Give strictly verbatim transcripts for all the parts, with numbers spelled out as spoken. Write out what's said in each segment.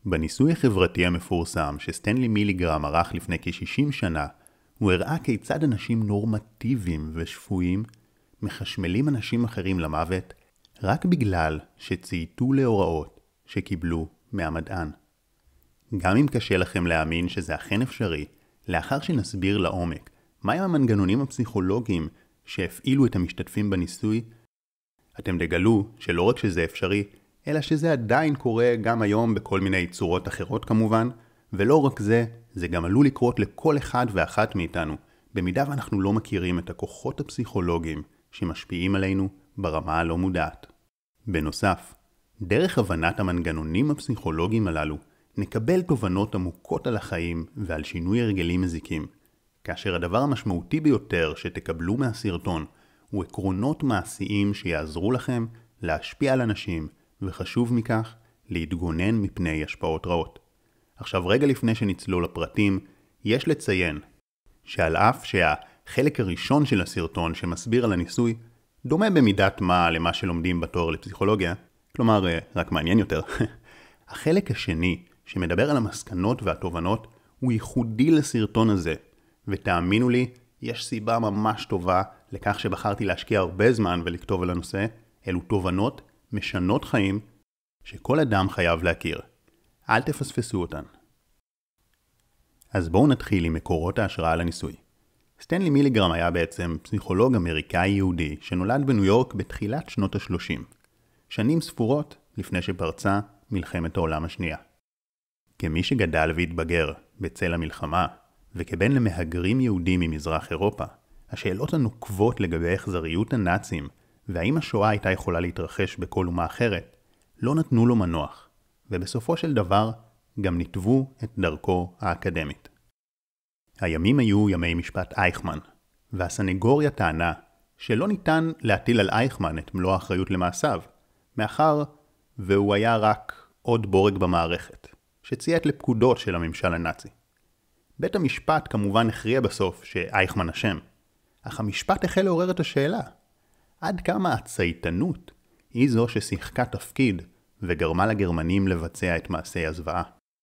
בניסוי החברתי המפורסם שסטנלי מיליגרם ערך לפני כ-שישים שנה, הוא הראה כיצד אנשים נורמטיביים ושפויים מחשמלים אנשים אחרים למוות רק בגלל שצייתו להוראות שקיבלו מהמדען. גם אם קשה לכם להאמין שזה אכן אפשרי, לאחר שנסביר לעומק מהם המנגנונים הפסיכולוגיים שהפעילו את המשתתפים בניסוי, אתם תגלו שלא רק שזה אפשרי, אלא שזה עדיין קורה גם היום בכל מיני צורות אחרות כמובן, ולא רק זה, זה גם עלול לקרות לכל אחד ואחת מאיתנו, במידה ואנחנו לא מכירים את הכוחות הפסיכולוגיים שמשפיעים עלינו ברמה הלא מודעת. בנוסף, דרך הבנת המנגנונים הפסיכולוגיים הללו, נקבל תובנות עמוקות על החיים ועל שינוי הרגלים מזיקים, כאשר הדבר המשמעותי ביותר שתקבלו מהסרטון הוא עקרונות מעשיים שיעזרו לכם להשפיע על אנשים, וחשוב מכך, להתגונן מפני השפעות רעות. עכשיו רגע לפני שנצלול לפרטים, יש לציין שעל אף שהחלק הראשון של הסרטון שמסביר על הניסוי דומה במידת מה למה שלומדים בתואר לפסיכולוגיה, כלומר רק מעניין יותר, החלק השני שמדבר על המסקנות והתובנות הוא ייחודי לסרטון הזה, ותאמינו לי, יש סיבה ממש טובה לכך שבחרתי להשקיע הרבה זמן ולכתוב על הנושא. אלו תובנות משנות חיים שכל אדם חייב להכיר. אל תפספסו אותן. אז בואו נתחיל עם מקורות ההשראה לניסוי. סטנלי מיליגרם היה בעצם פסיכולוג אמריקאי יהודי שנולד בניו יורק בתחילת שנות ה-שלושים, שנים ספורות לפני שפרצה מלחמת העולם השנייה. כמי שגדל והתבגר בצל המלחמה, וכבן למהגרים יהודים ממזרח אירופה, השאלות הנוקבות לגבי אכזריות הנאצים והאם השואה הייתה יכולה להתרחש בכל אומה אחרת, לא נתנו לו מנוח, ובסופו של דבר גם נתבו את דרכו האקדמית. הימים היו ימי משפט אייכמן, והסנגוריה טענה שלא ניתן להטיל על אייכמן את מלוא האחריות למעשיו, מאחר והוא היה רק עוד בורג במערכת, שציית לפקודות של הממשל הנאצי. בית המשפט כמובן הכריע בסוף שאייכמן אשם, אך המשפט החל לעורר את השאלה, עד כמה הצייתנות היא זו ששיחקה תפקיד וגרמה לגרמנים לבצע את מעשי הזוועה.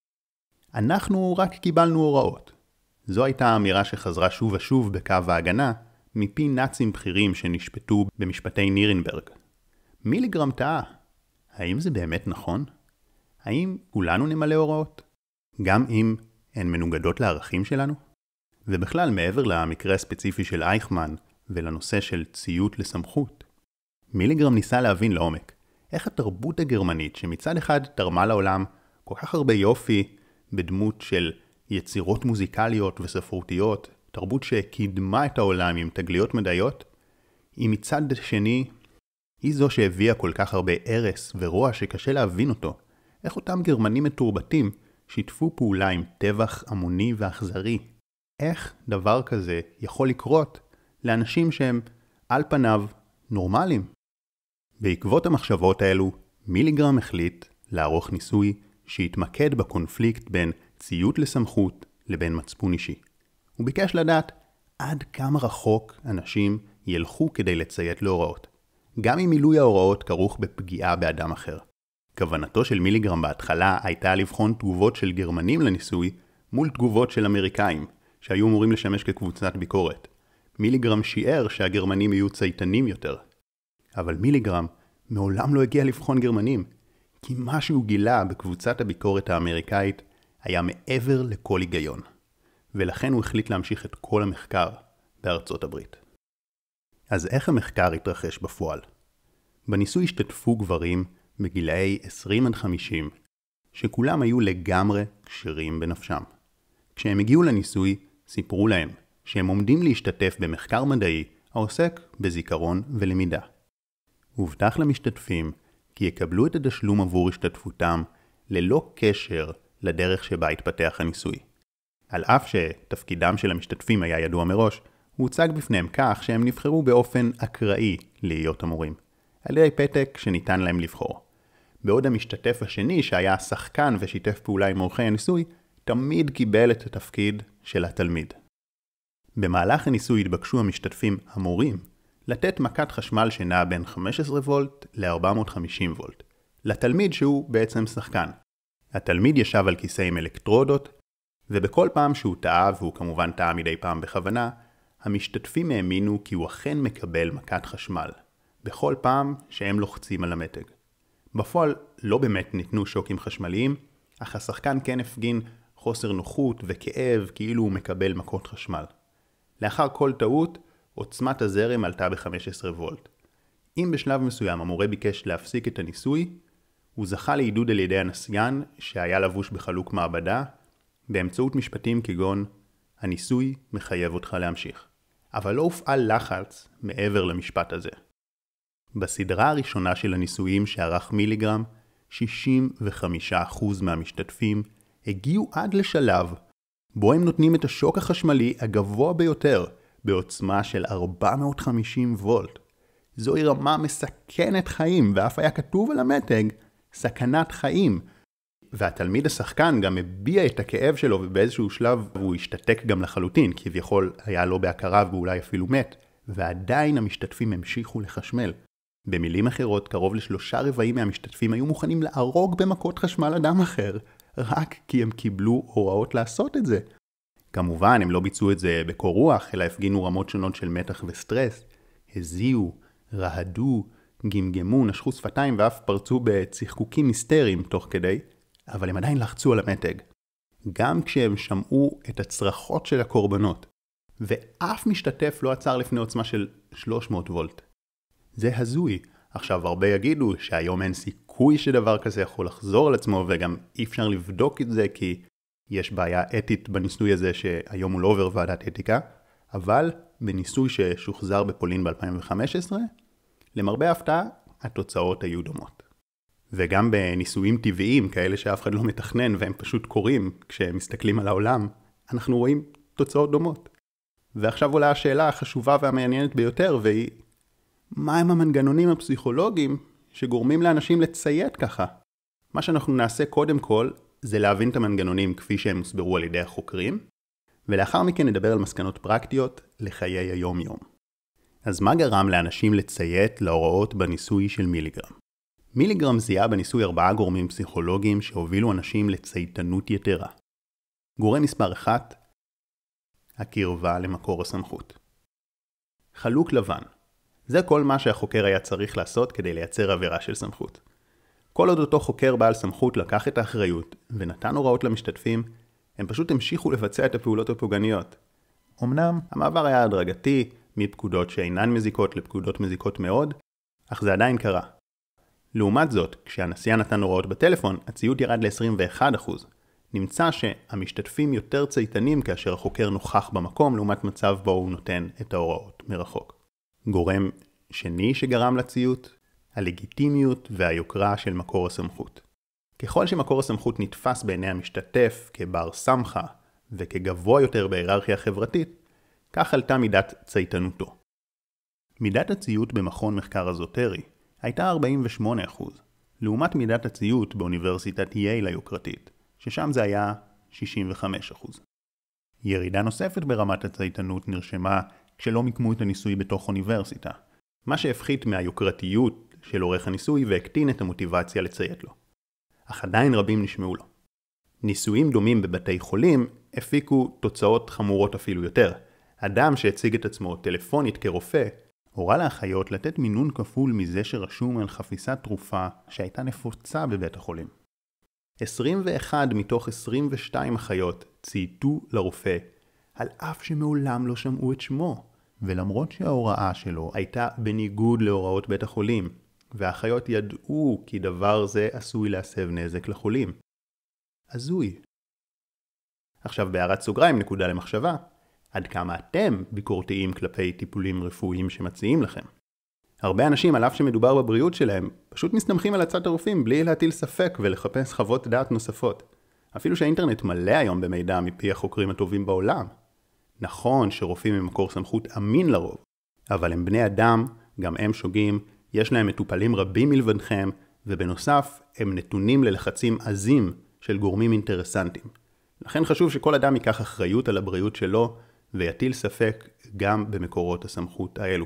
אנחנו רק קיבלנו הוראות. זו הייתה אמירה שחזרה שוב ושוב בקו ההגנה מפי נאצים בכירים שנשפטו במשפטי נירנברג. מיליגרם טעה. האם זה באמת נכון? האם כולנו נמלא הוראות? גם אם הן מנוגדות לערכים שלנו? ובכלל מעבר למקרה הספציפי של אייכמן ולנושא של ציות לסמכות, מיליגרם ניסה להבין לעומק איך התרבות הגרמנית שמצד אחד תרמה לעולם כל כך הרבה יופי בדמות של יצירות מוזיקליות וספרותיות, תרבות שקידמה את העולם עם תגליות מדעיות, היא מצד שני היא זו שהביאה כל כך הרבה הרס ורוע שקשה להבין אותו. איך אותם גרמנים מתורבתים שיתפו פעולה עם טבח המוני ואכזרי? איך דבר כזה יכול לקרות לאנשים שהם על פניו נורמליים? בעקבות המחשבות האלו, מיליגרם החליט לערוך ניסוי שהתמקד בקונפליקט בין ציות לסמכות לבין מצפון אישי. הוא ביקש לדעת עד כמה רחוק אנשים ילכו כדי לציית להוראות, גם אם מילוי ההוראות כרוך בפגיעה באדם אחר. כוונתו של מיליגרם בהתחלה הייתה לבחון תגובות של גרמנים לניסוי מול תגובות של אמריקאים, שהיו אמורים לשמש כקבוצת ביקורת. מיליגרם שיער שהגרמנים יהיו צייתנים יותר. אבל מיליגרם מעולם לא הגיע לבחון גרמנים, כי מה שהוא גילה בקבוצת הביקורת האמריקאית היה מעבר לכל היגיון, ולכן הוא החליט להמשיך את כל המחקר בארצות הברית. אז איך המחקר התרחש בפועל? בניסוי השתתפו גברים בגילאי עשרים עד חמישים, שכולם היו לגמרי קשרים בנפשם. כשהם הגיעו לניסוי, סיפרו להם שהם עומדים להשתתף במחקר מדעי העוסק בזיכרון ולמידה. הובטח למשתתפים כי יקבלו את התשלום עבור השתתפותם ללא קשר לדרך שבה התפתח הניסוי. על אף שתפקידם של המשתתפים היה ידוע מראש, הוא הוצג בפניהם כך שהם נבחרו באופן אקראי להיות המורים, על ידי פתק שניתן להם לבחור. בעוד המשתתף השני, שהיה שחקן ושיתף פעולה עם עורכי הניסוי, תמיד קיבל את התפקיד של התלמיד. במהלך הניסוי התבקשו המשתתפים המורים לתת מכת חשמל שנעה בין חמש עשרה וולט ל-ארבע מאות וחמישים וולט, לתלמיד שהוא בעצם שחקן. התלמיד ישב על כיסא עם אלקטרודות, ובכל פעם שהוא טעה, והוא כמובן טעה מדי פעם בכוונה, המשתתפים האמינו כי הוא אכן מקבל מכת חשמל, בכל פעם שהם לוחצים על המתג. בפועל לא באמת ניתנו שוקים חשמליים, אך השחקן כן הפגין חוסר נוחות וכאב כאילו הוא מקבל מכות חשמל. לאחר כל טעות, עוצמת הזרם עלתה ב-חמש עשרה וולט. אם בשלב מסוים המורה ביקש להפסיק את הניסוי, הוא זכה לעידוד על ידי הנסיין שהיה לבוש בחלוק מעבדה, באמצעות משפטים כגון, הניסוי מחייב אותך להמשיך. אבל לא הופעל לחץ מעבר למשפט הזה. בסדרה הראשונה של הניסויים שערך מיליגרם, שישים וחמישה אחוז מהמשתתפים הגיעו עד לשלב בו הם נותנים את השוק החשמלי הגבוה ביותר בעוצמה של ארבע מאות וחמישים וולט. זוהי רמה מסכנת חיים, ואף היה כתוב על המתג סכנת חיים. והתלמיד השחקן גם הביע את הכאב שלו, ובאיזשהו שלב הוא השתתק גם לחלוטין, כביכול היה לא בהכרה ואולי אפילו מת, ועדיין המשתתפים המשיכו לחשמל. במילים אחרות, קרוב לשלושה רבעים מהמשתתפים היו מוכנים להרוג במכות חשמל אדם אחר, רק כי הם קיבלו הוראות לעשות את זה. כמובן, הם לא ביצעו את זה בקור רוח, אלא הפגינו רמות שונות של מתח וסטרס, הזיעו, רהדו, גמגמו, נשכו שפתיים ואף פרצו בצחקוקים היסטריים תוך כדי, אבל הם עדיין לחצו על המתג. גם כשהם שמעו את הצרחות של הקורבנות, ואף משתתף לא עצר לפני עוצמה של שלוש מאות וולט. זה הזוי. עכשיו הרבה יגידו שהיום אין סיכוי שדבר כזה יכול לחזור על עצמו, וגם אי אפשר לבדוק את זה כי יש בעיה אתית בניסוי הזה שהיום הוא לא עובר ועדת אתיקה, אבל בניסוי ששוחזר בפולין ב-אלפיים וחמש עשרה, למרבה ההפתעה, התוצאות היו דומות. וגם בניסויים טבעיים, כאלה שאף אחד לא מתכנן והם פשוט קורים כשהם מסתכלים על העולם, אנחנו רואים תוצאות דומות. ועכשיו עולה השאלה החשובה והמעניינת ביותר, והיא, מה הם המנגנונים הפסיכולוגיים שגורמים לאנשים לציית ככה? מה שאנחנו נעשה קודם כל, זה להבין את המנגנונים כפי שהם מוסברו על ידי החוקרים, ולאחר מכן נדבר על מסקנות פרקטיות לחיי היום-יום. אז מה גרם לאנשים לציית להוראות בניסוי של מיליגרם? מיליגרם זיהה בניסוי ארבעה גורמים פסיכולוגיים שהובילו אנשים לצייתנות יתרה. גורם מספר אחת, הקרבה למקור הסמכות. חלוק לבן. זה כל מה שהחוקר היה צריך לעשות כדי לייצר עבירה של סמכות. כל עוד אותו חוקר בעל סמכות לקח את האחריות ונתן הוראות למשתתפים, הם פשוט המשיכו לבצע את הפעולות הפוגעניות. אמנם המעבר היה הדרגתי מפקודות שאינן מזיקות לפקודות מזיקות מאוד, אך זה עדיין קרה. לעומת זאת, כשהנסיין נתן הוראות בטלפון, הציות ירד ל-עשרים ואחד אחוז. נמצא שהמשתתפים יותר צייתנים כאשר החוקר נוכח במקום, לעומת מצב בו הוא נותן את ההוראות מרחוק. גורם שני שגרם לציות, הלגיטימיות והיוקרה של מקור הסמכות. ככל שמקור הסמכות נתפס בעיני המשתתף כבר סמכה וכגבוה יותר בהיררכיה חברתית, כך עלתה מידת צייתנותו. מידת הציות במכון מחקר אזוטרי הייתה ארבעים ושמונה אחוז, לעומת מידת הציות באוניברסיטת יייל היוקרתית, ששם זה היה שישים וחמישה אחוז. ירידה נוספת ברמת הצייתנות נרשמה כשלא מיקמו את הניסוי בתוך אוניברסיטה, מה שהפחית מהיוקרתיות של עורך הניסוי והקטין את המוטיבציה לציית לו. אך עדיין רבים נשמעו לו. ניסויים דומים בבתי חולים הפיקו תוצאות חמורות אפילו יותר. אדם שהציג את עצמו טלפונית כרופא, הורה לאחיות לתת מינון כפול מזה שרשום על חפיסת תרופה שהייתה נפוצה בבית החולים. עשרים ואחת מתוך עשרים ושתיים אחיות צייתו לרופא, על אף שמעולם לא שמעו את שמו, ולמרות שההוראה שלו הייתה בניגוד להוראות בית החולים, והאחיות ידעו כי דבר זה עשוי להסב נזק לחולים. הזוי. עכשיו בהערת סוגריים נקודה למחשבה, עד כמה אתם ביקורתיים כלפי טיפולים רפואיים שמציעים לכם? הרבה אנשים, על אף שמדובר בבריאות שלהם, פשוט מסתמכים על הצעת הרופאים בלי להטיל ספק ולחפש חוות דעת נוספות. אפילו שהאינטרנט מלא היום במידע מפי החוקרים הטובים בעולם. נכון שרופאים הם מקור סמכות אמין לרוב, אבל הם בני אדם, גם הם שוגים, יש להם מטופלים רבים מלבדכם, ובנוסף הם נתונים ללחצים עזים של גורמים אינטרסנטיים. לכן חשוב שכל אדם ייקח אחריות על הבריאות שלו, ויטיל ספק גם במקורות הסמכות האלו.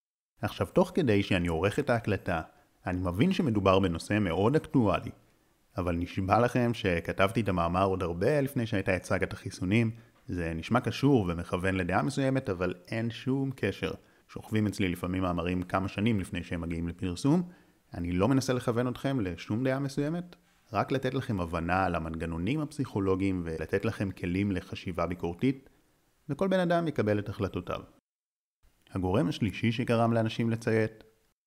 עכשיו, תוך כדי שאני עורך את ההקלטה, אני מבין שמדובר בנושא מאוד אקטואלי, אבל נשבע לכם שכתבתי את המאמר עוד הרבה לפני שהייתה הצגת החיסונים. זה נשמע קשור ומכוון לדעה מסוימת, אבל אין שום קשר. שוכבים אצלי לפעמים מאמרים כמה שנים לפני שהם מגיעים לפרסום. אני לא מנסה לכוון אתכם לשום דעה מסוימת, רק לתת לכם הבנה על המנגנונים הפסיכולוגיים ולתת לכם כלים לחשיבה ביקורתית, וכל בן אדם יקבל את החלטותיו. הגורם השלישי שגרם לאנשים לציית,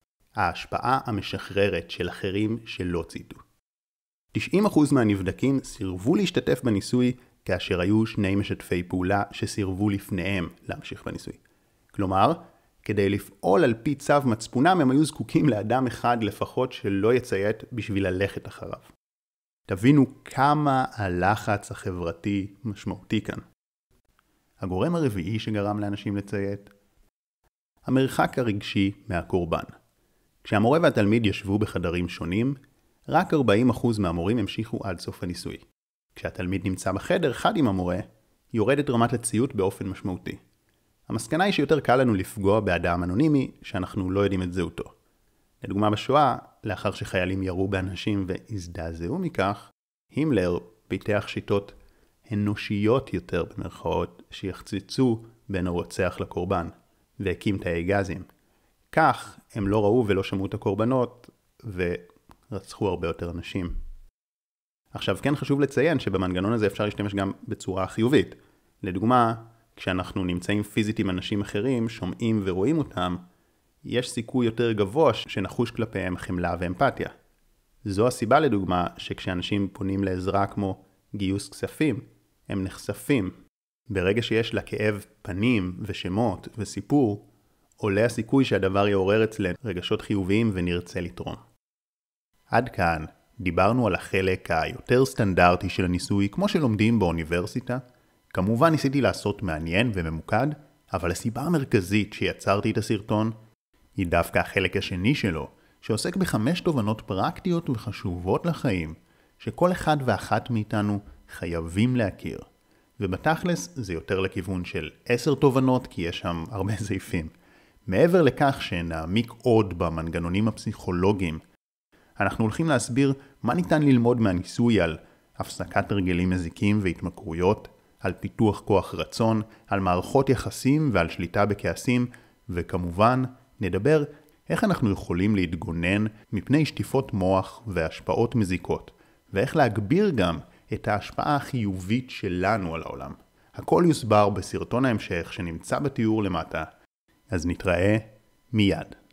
ההשפעה המשחררת של אחרים שלא צייתו. תשעים אחוז מהנבדקים סירבו להשתתף בניסוי כאשר היו שני משתפי פעולה שסירבו לפניהם להמשיך בניסוי. כלומר, כדי לפעול על פי צו מצפונם הם היו זקוקים לאדם אחד לפחות שלא יציית בשביל ללכת אחריו. תבינו כמה הלחץ החברתי משמעותי כאן. הגורם הרביעי שגרם לאנשים לציית, המרחק הרגשי מהקורבן. כשהמורה והתלמיד ישבו בחדרים שונים, רק ארבעים אחוז מהמורים המשיכו עד סוף הניסוי. כשהתלמיד נמצא בחדר אחד עם המורה, יורדת רמת הציות באופן משמעותי. המסקנה היא שיותר קל לנו לפגוע באדם אנונימי שאנחנו לא יודעים את זהותו. לדוגמה בשואה, לאחר שחיילים ירו באנשים והזדעזעו מכך, הימלר פיתח שיטות אנושיות יותר במרכאות שיחצצו בין הרוצח לקורבן, והקים תאי גזים. כך הם לא ראו ולא שמעו את הקורבנות ורצחו הרבה יותר אנשים. עכשיו כן חשוב לציין שבמנגנון הזה אפשר להשתמש גם בצורה חיובית. לדוגמה, כשאנחנו נמצאים פיזית עם אנשים אחרים, שומעים ורואים אותם, יש סיכוי יותר גבוה שנחוש כלפיהם חמלה ואמפתיה. זו הסיבה לדוגמה שכשאנשים פונים לעזרה כמו גיוס כספים, הם נחשפים. ברגע שיש לכאב פנים ושמות וסיפור, עולה הסיכוי שהדבר יעורר אצלנו רגשות חיוביים ונרצה לתרום. עד כאן דיברנו על החלק היותר סטנדרטי של הניסוי כמו שלומדים באוניברסיטה. כמובן ניסיתי לעשות מעניין וממוקד, אבל הסיבה המרכזית שיצרתי את הסרטון היא דווקא החלק השני שלו, שעוסק בחמש תובנות פרקטיות וחשובות לחיים, שכל אחד ואחת מאיתנו חייבים להכיר. ובתכלס זה יותר לכיוון של עשר תובנות, כי יש שם הרבה סעיפים. מעבר לכך שנעמיק עוד במנגנונים הפסיכולוגיים, אנחנו הולכים להסביר מה ניתן ללמוד מהניסוי על הפסקת הרגלים מזיקים והתמכרויות, על פיתוח כוח רצון, על מערכות יחסים ועל שליטה בכעסים, וכמובן נדבר איך אנחנו יכולים להתגונן מפני שטיפות מוח והשפעות מזיקות, ואיך להגביר גם את ההשפעה החיובית שלנו על העולם. הכל יוסבר בסרטון ההמשך שנמצא בתיאור למטה, אז נתראה מיד.